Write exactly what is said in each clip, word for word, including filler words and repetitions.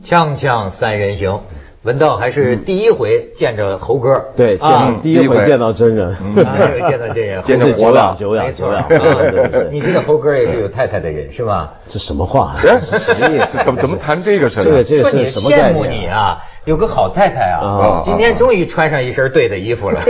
锵锵三人行，文道还是第一回见着猴哥， 对，啊，第一回见到真人， 第一回见到真人， 真是久仰久仰久仰。 你知道猴哥也是有太太的人是吧？ 这什么话？ 什么意思？怎么怎么谈这个事？ 这个这个是什么概念？羡慕你啊，有个好太太啊，今天终于穿上一身对的衣服了。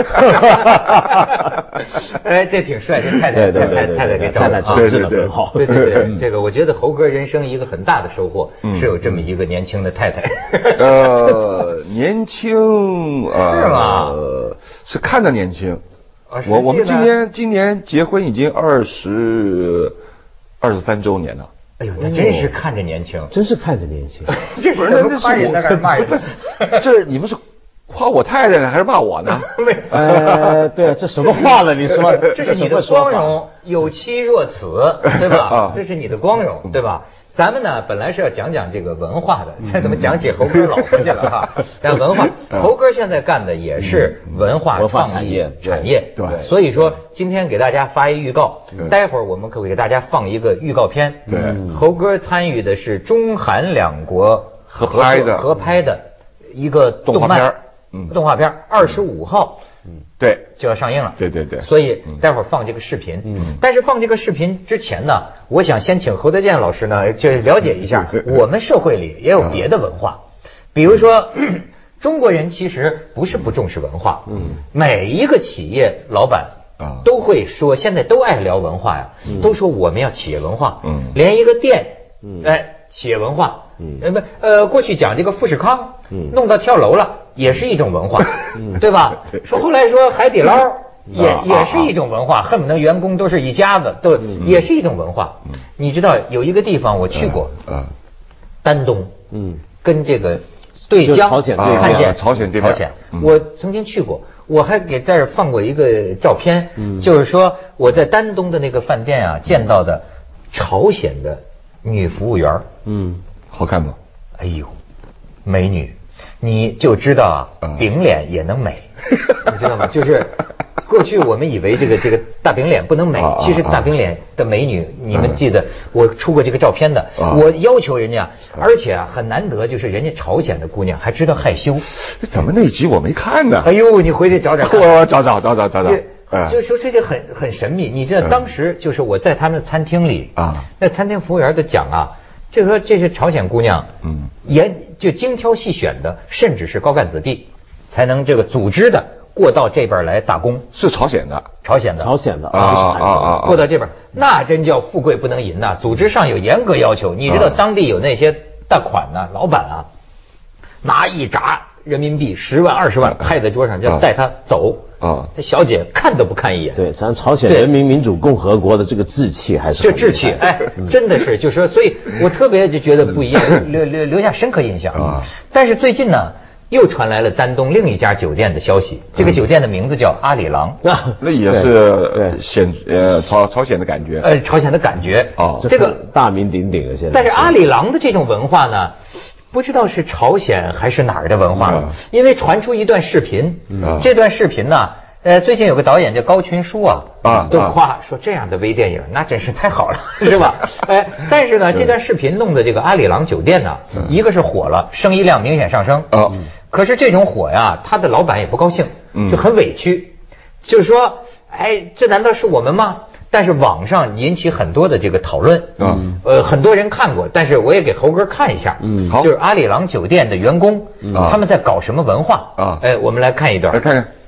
哎，这挺帅，这太太太太太太给找的， 对对对，好， 对对对，这个我觉得猴哥人生一个很大的收获是有这么一个年轻的太太。 呃，年轻是吗？ 是看着年轻。我我们今年今年结婚已经二十二十三周年了。 哎呦，那真是看着年轻， 真是看着年轻。 这不是夸人呢还是骂人？ 这是你们是夸我太太呢还是骂我呢？ 呃，对，这什么话了？你说这是你的光荣，有妻若此，对吧？这是你的光荣，对吧？咱们呢本来是要讲讲这个文化的，这怎么讲起猴哥老婆去了哈？但文化，猴哥现在干的也是文化创意产业， 对。 所以说今天给大家发一预告，待会儿我们可会给大家放一个预告片。 对， 猴哥参与的是中韩两国合拍的合拍的一个动画片，嗯，动画片二十五号。 嗯，对， 就要上映了。 对对对， 所以待会儿放这个视频。嗯，但是放这个视频之前呢，我想先请侯德健老师呢，就了解一下我们社会里也有别的文化，比如说中国人其实不是不重视文化，嗯，每一个企业老板啊都会说，现在都爱聊文化呀，都说我们要企业文化，嗯，连一个店，嗯，哎，企业文化。嗯，呃不，呃，过去讲这个富士康，嗯，弄到跳楼了，也是一种文化，嗯，对吧？对，说后来说海底捞也、啊、也是一种文化，恨不得员工都是一家子，都、嗯、也是一种文化。嗯，你知道有一个地方我去过，嗯，丹东，嗯，跟这个对江朝鲜对看见朝鲜对朝鲜，我曾经去过，我还给在这放过一个照片，嗯，就是说我在丹东的那个饭店啊见到的朝鲜的女服务员，嗯。 好看吗？ 哎呦，美女，你就知道啊，饼脸也能美，你知道吗？就是过去我们以为这个这个大饼脸不能美，其实大饼脸的美女，你们记得我出过这个照片的，我要求人家，而且啊很难得，就是人家朝鲜的姑娘还知道害羞。 怎么那一集我没看呢？ 哎呦，你回去找找看， 我找找找找找找。 就说这就很很神秘，你知道当时就是我在他们的餐厅里啊，那餐厅服务员都讲啊。就说这是朝鲜姑娘，嗯，严就精挑细选的，甚至是高干子弟，才能这个组织的过到这边来打工。 是朝鲜的， 朝鲜的， 朝鲜的啊啊啊！ 过到这边，那真叫富贵不能淫呐！组织上有严格要求，你知道当地有那些大款呐、啊，老板啊，拿一拃人民币十万二十万拍在桌上，就要带他走。啊，这小姐看都不看一眼。 对，咱朝鲜人民民主共和国的这个志气还是这志气，哎，真的是，就说，所以我特别就觉得不一样，留留留下深刻印象啊。但是最近呢，又传来了丹东另一家酒店的消息，这个酒店的名字叫阿里郎， 那也是显呃朝朝鲜的感觉， 呃，朝鲜的感觉啊，这个大名鼎鼎的现在。 但是阿里郎的这种文化呢？不知道是朝鲜还是哪儿的文化，嗯、因为传出一段视频，嗯、这段视频呢，呃，最近有个导演叫高群书啊，啊都夸说这样的微电影那真是太好了，是吧？哎，但是呢，这段视频弄的这个阿里郎酒店呢，嗯、一个是火了，生意量明显上升，哦、嗯，可是这种火呀，他的老板也不高兴，就很委屈，嗯、就是说，哎，这难道是我们吗？但是网上引起很多的这个讨论，嗯，呃，很多人看过，但是我也给猴哥看一下，嗯，就是阿里郎酒店的员工，嗯、他们在搞什么文化啊？哎，我们来看一段， 来看看。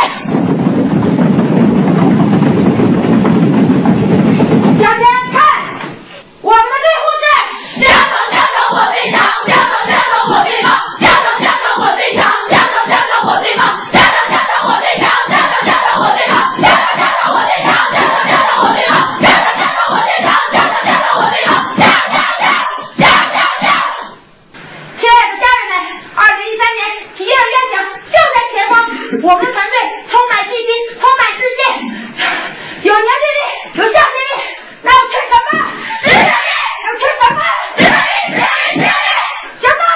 小姐看，我们的队伍是加藤加藤火最强，加藤加藤火最棒，加藤加藤火最强，加藤加藤火最棒，加藤加藤火最强，加藤加藤火最棒，加藤加藤火最强，加藤加藤火最棒，加藤加藤火最强，加藤加藤火最棒，加加加加加加！亲爱的家人们，二零一三年企业的愿景就在前方，我们团队充满信心，充满自信，有凝聚力，有向心力。那要吃什么？执行力。要吃什么？执行力，执行力，执行力。行动！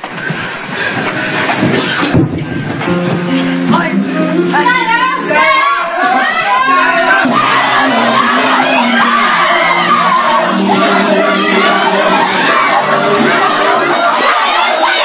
加油！加油！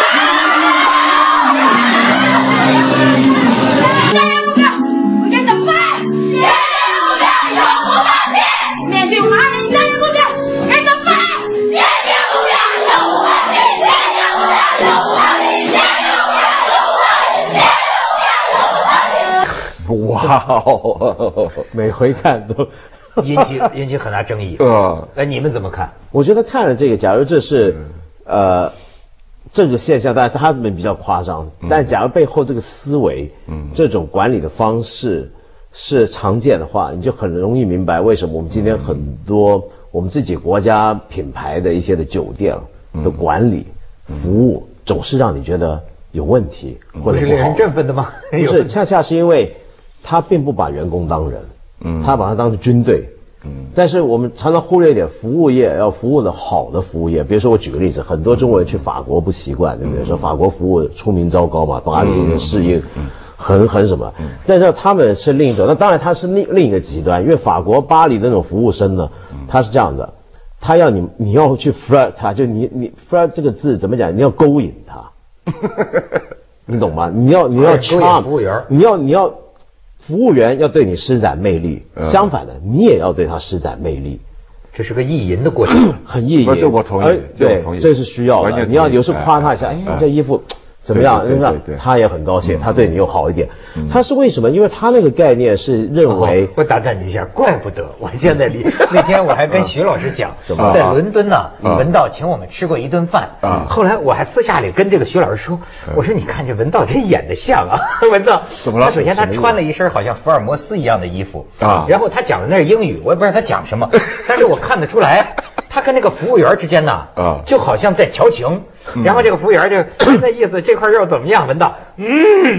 好，每回看都引起引起很大争议。 呃， 哎，你们怎么看？ 我觉得看了这个，假如这是呃这个现象，当然他们比较夸张，但假如背后这个思维，嗯，这种管理的方式是常见的话，你就很容易明白为什么我们今天很多我们自己国家品牌的一些的酒店的管理、服务，总是让你觉得有问题或者不好。 不是令人振奋的吗？ 不是，恰恰是因为他并不把员工当人，嗯，他把他当成军队。嗯，但是我们常常忽略一点，服务业要服务的好的服务业。比如说我举个例子，很多中国人去法国不习惯，对不对？说法国服务出名糟糕嘛，巴黎的适应很很什么。但是他们是另一种，那当然他是另另一个极端，因为法国巴黎的那种服务生呢，他是这样的，他要你你要去 flirt 他，就你你 flirt 这个字怎么讲？你要勾引他，你懂吗？你要你要 charm 服务员， 你要你要。服务员要对你施展魅力，相反的，你也要对他施展魅力。 这是个意淫的过程， 很意淫。 这我同意， 对，这是需要的。你要有时候夸他一下，哎，这衣服怎么样？那他也很高兴，他对你又好一点。他是为什么？因为他那个概念是认为， 我打断你一下，怪不得我现在离那天我还跟徐老师讲，在伦敦呢，文道请我们吃过一顿饭。后来我还私下里跟这个徐老师说，我说你看这文道这演的像啊，文道怎么了？ 他首先他穿了一身好像福尔摩斯一样的衣服啊，然后他讲的那是英语，我也不知道他讲什么，但是我看得出来。他跟那个服务员之间呢，啊，就好像在调情，然后这个服务员就那意思，这块肉怎么样？闻到，嗯，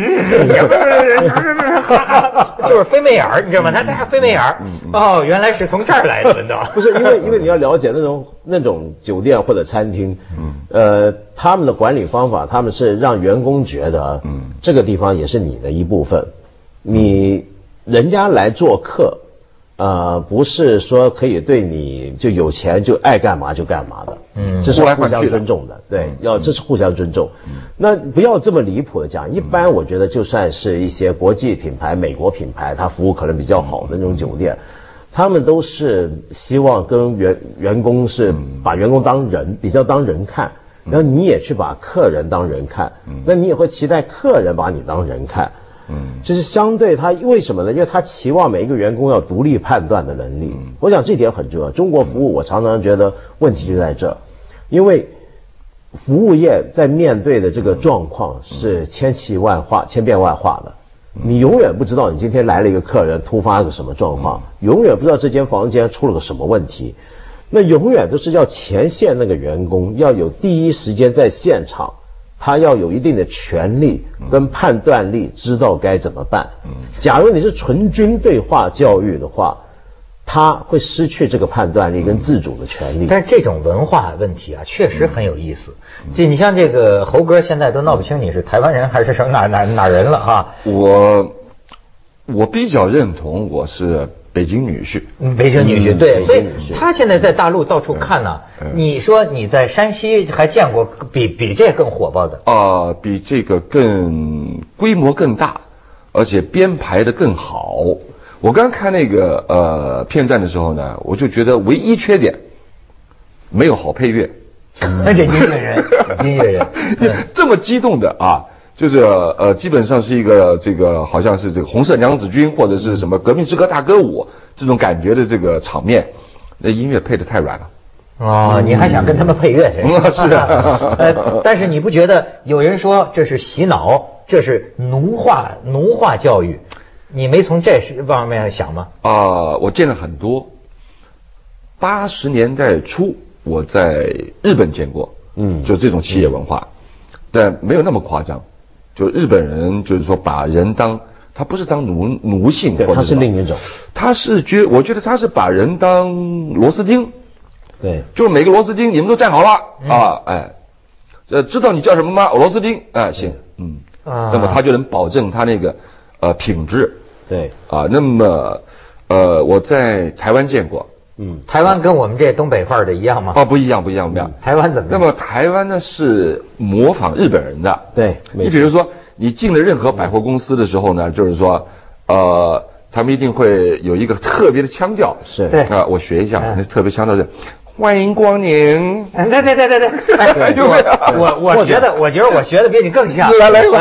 就是飞媚眼儿，你知道吗？他他飞媚眼儿，哦，原来是从这儿来的，闻到。 不是因为因为你要了解那种那种酒店或者餐厅，嗯，呃，他们的管理方法，他们是让员工觉得，嗯，这个地方也是你的一部分，你人家来做客。呃，不是说可以对你就有钱就爱干嘛就干嘛的，嗯，这是互相尊重的，对，要这是互相尊重。那不要这么离谱的讲，一般我觉得就算是一些国际品牌、美国品牌，它服务可能比较好的那种酒店，他们都是希望跟员员工是把员工当人，比较当人看，然后你也去把客人当人看，那你也会期待客人把你当人看。嗯，就是相对他为什么呢？因为他期望每一个员工要独立判断的能力。嗯，我想这点很重要。中国服务我常常觉得问题就在这，因为服务业在面对的这个状况是千奇万化、千变万化的。你永远不知道你今天来了一个客人突发个什么状况，永远不知道这间房间出了个什么问题。那永远都是要前线那个员工要有第一时间在现场。他要有一定的权利跟判断力，知道该怎么办。假如你是纯军队化教育的话，他会失去这个判断力跟自主的权利。 但是这种文化问题啊，确实很有意思。就你像这个猴哥，现在都闹不清你是台湾人还是什么哪哪哪人了哈。 我我比较认同我是北京女婿， 嗯，北京女婿，对，所以他现在在大陆到处看呢。你说你在山西还见过比比这更火爆的？ 啊，比这个更规模更大，而且编排的更好。我刚看那个呃片段的时候呢，我就觉得唯一缺点没有好配乐。 而且音乐人，音乐人这么激动的啊！就是呃，基本上是一个这个好像是这个红色娘子军或者是什么革命之歌大歌舞这种感觉的这个场面，那音乐配得太软了。 哦，你还想跟他们配乐去？ 嗯、是啊。 呃，但是你不觉得有人说这是洗脑，这是奴化奴化教育？你没从这方面想吗？ 啊、呃，我见了很多。八十年代初我在日本见过，嗯，就这种企业文化，嗯、但没有那么夸张。就日本人就是说把人当他不是当奴奴性， 对，他是另一种， 他是觉我觉得他是把人当螺丝钉， 对， 就是每个螺丝钉你们都站好了、嗯、啊，哎，呃，知道你叫什么吗？螺丝钉，哎，行，嗯，啊，那么他就能保证他那个呃品质， 对， 啊，那么呃我在台湾见过。 嗯，台湾跟我们这东北范儿的一样吗？ 哦，不一样，不一样，不一样。 台湾怎么样？ 那么台湾呢是模仿日本人的， 对。 你比如说，你进了任何百货公司的时候呢，就是说，呃，他们一定会有一个特别的腔调， 是对啊，我学一下，那特别腔调是欢迎光临。 对对对对对，哎，我我学的，我觉得我学的比你更像。 来来来，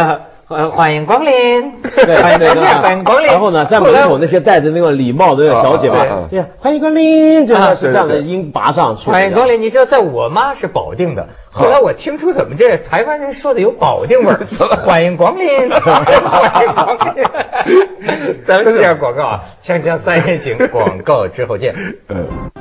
欢欢迎光临， 对， 欢迎对对， 欢迎光临。 然后呢，在门口那些戴着那个礼帽的那个小姐妹，对，欢迎光临，就是这样的音拔上去。 欢迎光临，你知道，在我妈是保定的，后来我听出怎么这台湾人说的有保定味儿，欢迎光临，欢迎光临。咱们这样广告啊，锵锵三人行，广告之后见。嗯。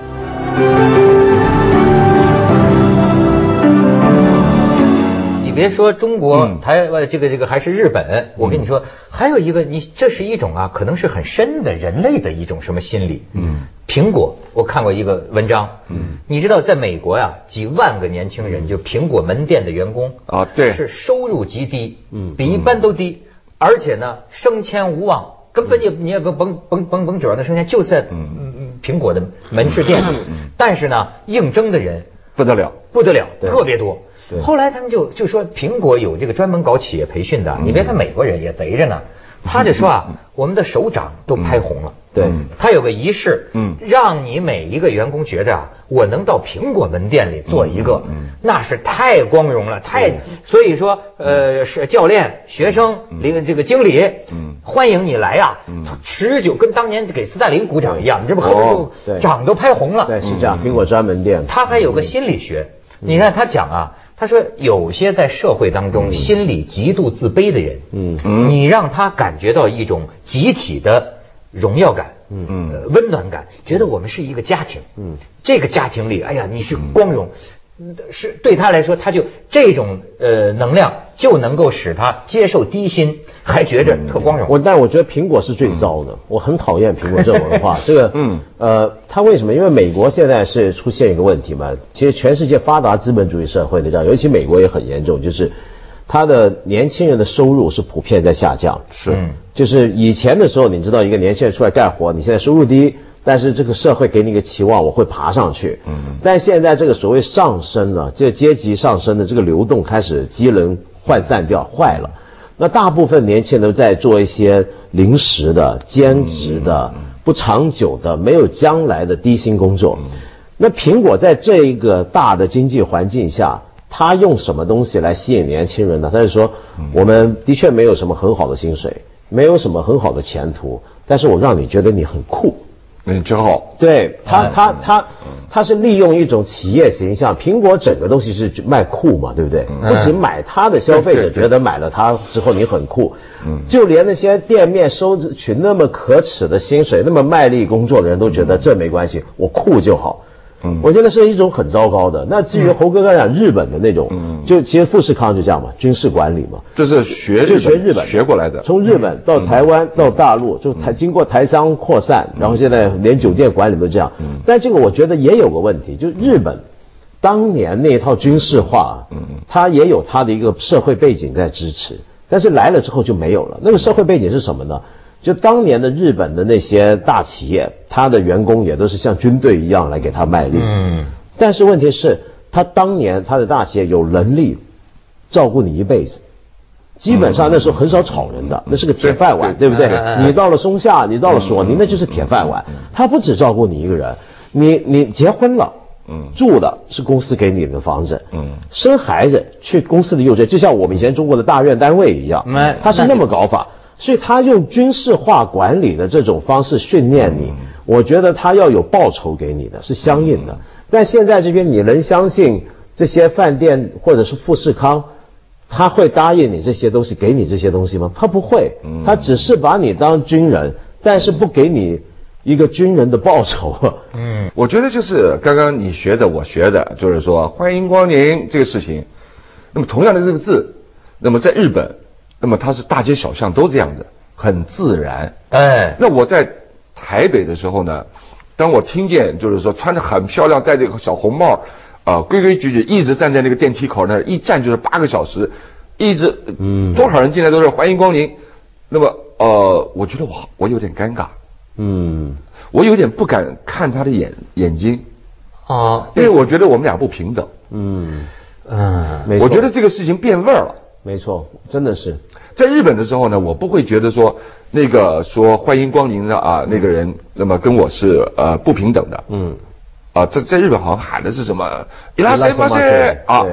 别说中国、嗯、台呃这个这个还是日本，我跟你说，还有一个你这是一种啊，可能是很深的人类的一种什么心理。嗯，苹果我看过一个文章，嗯，你知道在美国呀、啊，几万个年轻人就苹果门店的员工啊，对， 是收入极低，嗯，比一般都低，而且呢升迁无望，根本也你也甭甭甭甭甭指望他升迁，就在嗯嗯苹果的门市店里，但是呢应征的人不得了， 不得了，特别多。后来他们就就说苹果有这个专门搞企业培训的，你别看美国人也贼着呢，他就说啊，我们的首长都拍红了，对，他有个仪式，嗯，让你每一个员工觉着啊，我能到苹果门店里做一个，那是太光荣了，太，所以说呃是教练、学生、这个经理，嗯，欢迎你来啊，持久跟当年给斯大林鼓掌一样，你这不后边就掌都拍红了， 对，是这样，苹果专门店， 他还有个心理学，你看他讲啊。他说，有些在社会当中心里极度自卑的人，嗯，你让他感觉到一种集体的荣耀感，嗯嗯、呃，温暖感，觉得我们是一个家庭，嗯，这个家庭里，哎呀，你是光荣，嗯、是对他来说，他就这种呃能量就能够使他接受低薪，还觉着特光荣。 我但我觉得苹果是最糟的，嗯、我很讨厌苹果这种文化。这个，嗯，呃，他为什么？因为美国现在是出现一个问题嘛，其实全世界发达资本主义社会的这样，尤其美国也很严重，就是他的年轻人的收入是普遍在下降。 是，嗯、 就是以前的时候，你知道一个年轻人出来干活，你现在收入低。但是这个社会给你一个期望，我会爬上去。嗯，但现在这个所谓上升呢，这个阶级上升的这个流动开始机能涣散掉，坏了。那大部分年轻人在做一些临时的、兼职的、不长久的、没有将来的低薪工作。那苹果在这一个大的经济环境下，他用什么东西来吸引年轻人呢？他就说，我们的确没有什么很好的薪水，没有什么很好的前途，但是我让你觉得你很酷。 嗯，真好。 对他，他他他是利用一种企业形象，苹果整个东西是卖酷嘛，对不对？不仅买它的消费者觉得买了它之后你很酷，嗯，就连那些店面收取那么可耻的薪水、那么卖力工作的人都觉得这没关系，我酷就好。嗯，我觉得是一种很糟糕的。那至于侯哥刚才讲日本的那种，嗯，就其实富士康就这样嘛，军事管理嘛， 这是学就学日本学过来的， 从日本到台湾到大陆，就台经过台商扩散，然后现在连酒店管理都这样。嗯，但这个我觉得也有个问题，就日本当年那一套军事化，嗯，它也有它的一个社会背景在支持，但是来了之后就没有了。那个社会背景是什么呢？就当年的日本的那些大企业，他的员工也都是像军队一样来给他卖力。嗯，但是问题是，他当年他的大企业有能力照顾你一辈子，基本上那时候很少炒人的，那是个铁饭碗，对不对？你到了松下，你到了索尼，那就是铁饭碗。他不只照顾你一个人，你你结婚了，嗯，住的是公司给你的房子，嗯，生孩子去公司的幼稚园，就像我们以前中国的大院单位一样，他是那么搞法。所以他用军事化管理的这种方式训练你，我觉得他要有报酬给你的，是相应的。但现在这边你能相信这些饭店或者是富士康，他会答应你这些东西，给你这些东西吗？他不会，他只是把你当军人，但是不给你一个军人的报酬。 嗯，我觉得就是刚刚你学的，我学的，就是说欢迎光临这个事情。那么同样的这个字，那么在日本。那么它是大街小巷都这样子，很自然。哎，那我在台北的时候呢，当我听见就是说穿着很漂亮，戴着个小红帽，啊、呃，规规矩矩一直站在那个电梯口那儿，一站就是八个小时，一直，嗯，多少人进来都是欢迎光临。那么，呃，我觉得我我有点尴尬，嗯，我有点不敢看他的眼眼睛，啊，因为我觉得我们俩不平等。嗯嗯， 我觉得这个事情变味儿了。 没错，真的是在日本的时候呢，我不会觉得说那个说欢迎光临的啊那个人，那么跟我是呃不平等的。嗯，啊，在在日本好像喊的是什么伊拉塞马塞啊，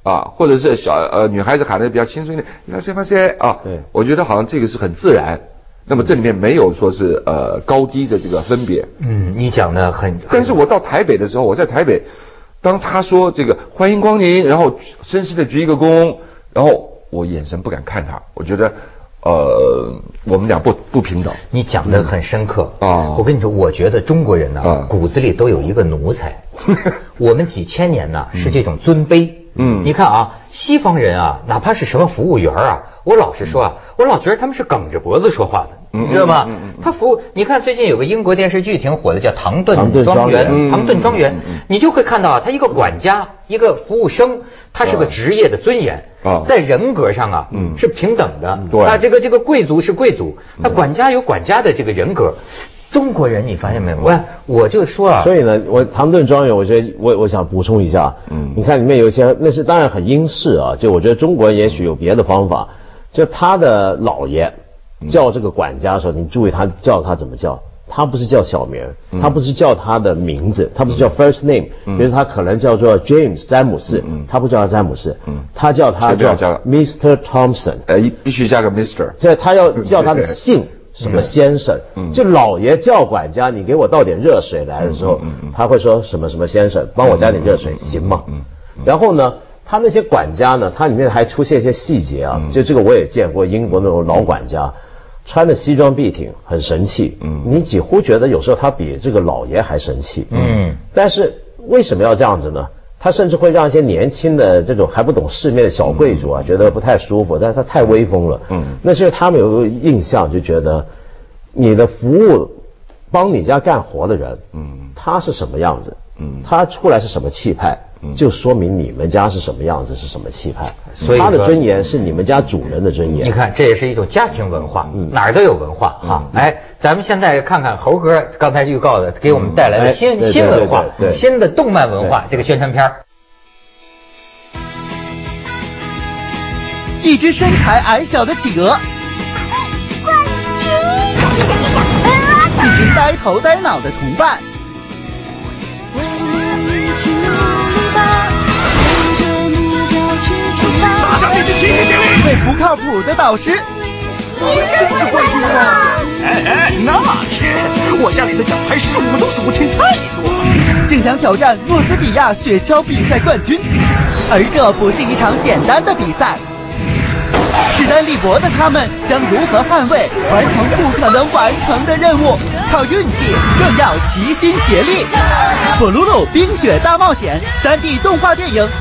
啊，或者是小呃女孩子喊的比较轻松一点，你看谁吗谁啊？ 对， 我觉得好像这个是很自然。那么这里面没有说是呃高低的这个分别。 嗯，你讲的很。 但是我到台北的时候，我在台北，当他说这个欢迎光临，然后绅士的鞠一个躬，然后我眼神不敢看他，我觉得。呃，我们俩不不平等。 你讲得很深刻啊、嗯！ 我跟你说，我觉得中国人呢、啊，骨子里都有一个奴才。我们几千年呢是这种尊卑。嗯，你看啊，西方人啊，哪怕是什么服务员啊，我老实说啊，我老觉得他们是梗着脖子说话的，你知道吗？他服务，你看最近有个英国电视剧挺火的，叫《唐顿庄园》。唐顿庄园，你就会看到啊，他一个管家，一个服务生，他是个职业的尊严。在人格上啊，嗯，是平等的。对，啊，这个这个贵族是贵族，他管家有管家的这个人格。中国人你发现没有？我我就说啊， 所以呢，我唐顿庄园，我觉得我我想补充一下，嗯，你看里面有一些那是当然很英式啊，就我觉得中国人也许有别的方法，就他的老爷叫这个管家的时候，你注意他叫他怎么叫。他不是叫小名，他不是叫他的名字，他不是叫 first name，比如他可能叫做 James 詹姆斯，他不叫他詹姆斯，他叫他叫 Mister Thompson， 呃，必须加个 Mister， 这他要叫他的姓什么先生，就老爷叫管家，你给我倒点热水来的时候，他会说什么什么先生，帮我加点热水，行吗？然后呢，他那些管家呢，他里面还出现一些细节啊，就这个我也见过，英国那种老管家。穿的西装笔挺，很神气。嗯，你几乎觉得有时候他比这个老爷还神气。嗯，但是为什么要这样子呢？他甚至会让一些年轻的这种还不懂世面的小贵族啊，觉得不太舒服。但是他太威风了。嗯，那是他们有个印象，就觉得你的服务帮你家干活的人，嗯，他是什么样子？嗯，他出来是什么气派？就说明你们家是什么样子，是什么气派，所以他的尊严是你们家主人的尊严。 你看，这也是一种家庭文化，嗯、哪儿都有文化哈。嗯、哎，咱们现在看看猴哥刚才预告的，给我们带来的新、嗯、新文化，新的动漫文化这个宣传片。 一只身材矮小的企鹅， 冠军！ 一只呆头呆脑的同伴。 大家必须齐心协力！ 一位不靠谱的导师， 您真是冠军吗？ 哎哎，那是，我家里的奖牌数都数不清，太多了。 竟想挑战诺斯比亚雪橇比赛冠军，而这不是一场简单的比赛。势单力薄的他们将如何捍卫完成不可能完成的任务？靠运气，更要齐心协力。布鲁鲁冰雪大冒险 三 D 动画电影。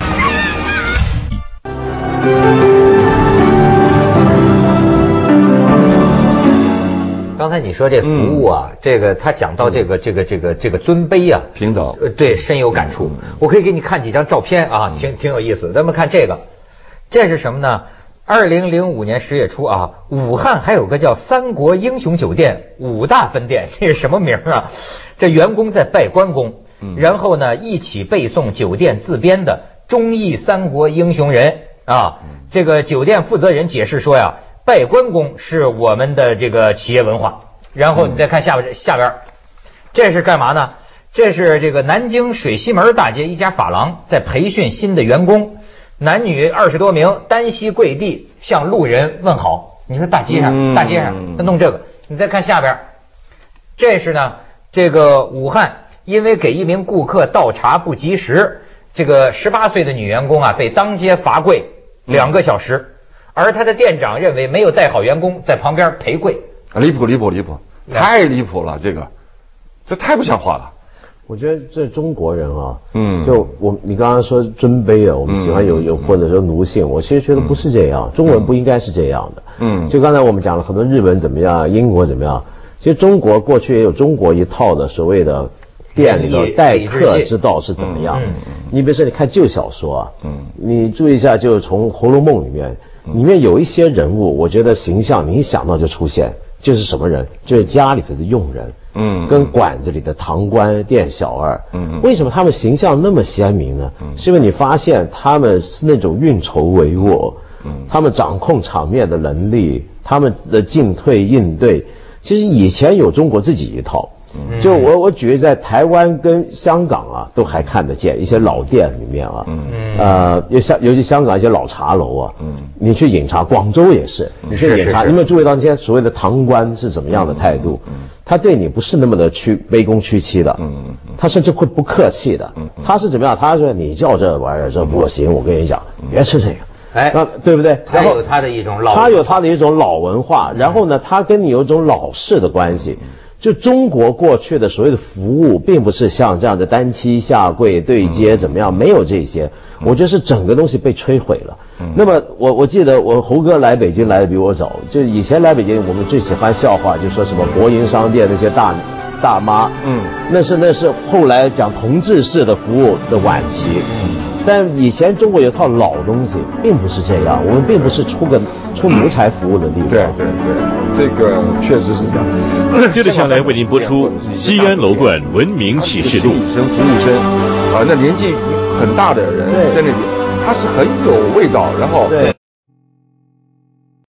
刚才你说这服务啊，嗯、这个他讲到这个、嗯、这个这个这个尊卑啊， 平等， 呃，对，深有感触。嗯、我可以给你看几张照片啊，挺挺有意思的。咱们看这个，这是什么呢？二零零五年十月初啊，武汉还有个叫三国英雄酒店五大分店，这是什么名啊？这员工在拜关公，嗯、然后呢一起背诵酒店自编的忠义三国英雄人啊。这个酒店负责人解释说呀，拜关公是我们的这个企业文化。然后你再看下边下边，这是干嘛呢？这是这个南京水西门大街一家发廊在培训新的员工。男女二十多名单膝跪地向路人问好。你说大街上，大街上他弄这个。你再看下边，这是呢，这个武汉因为给一名顾客倒茶不及时，这个十八岁的女员工啊被当街罚跪两个小时，而他的店长认为没有带好员工，在旁边陪跪。 离谱离谱离谱，太离谱了，这个这太不像话了。 我觉得这中国人啊，嗯，就我你刚刚说尊卑啊，我们喜欢有有或者说奴性，我其实觉得不是这样，中国人不应该是这样的。嗯，就刚才我们讲了很多日本怎么样，英国怎么样，其实中国过去也有中国一套的所谓的店里头待客之道是怎么样。你比如说你看旧小说啊，嗯，你注意一下，就是从《红楼梦》里面，里面有一些人物，我觉得形象你一想到就出现，就是什么人，就是家里头的佣人。嗯，跟馆子里的堂官店小二，嗯，为什么他们形象那么鲜明呢？嗯，是因为你发现他们是那种运筹帷幄，嗯，他们掌控场面的能力，他们的进退应对，其实以前有中国自己一套， 就我我举例在台湾跟香港啊，都还看得见一些老店里面啊，嗯呃，尤香尤其香港一些老茶楼啊，嗯，你去饮茶，广州也是，你去饮茶，你有没有注意到那些所谓的堂倌是怎么样的态度？嗯，他对你不是那么的屈卑躬屈膝的，嗯，他甚至会不客气的，嗯，他是怎么样？他说你叫这玩意儿这不行，我跟你讲，别吃这个。 哎， 那对不对？ 他有他的一种老， 他有他的一种老文化，然后呢，他跟你有一种老式的关系。就中国过去的所谓的服务，并不是像这样的单膝下跪对接怎么样，没有这些。我觉得是整个东西被摧毁了。那么我我记得我猴哥来北京来的比我早，就以前来北京，我们最喜欢笑话，就说什么国营商店那些大大妈，嗯，那是那是后来讲同志式的服务的晚期。但以前中国有套老东西，并不是这样，我们并不是出个出奴才服务的地方。 对对对，这个确实是这样。 接着下来为您播出西安楼冠文明启示录。 心理生、服务生，啊，那年纪很大的人在那里，他是很有味道，然后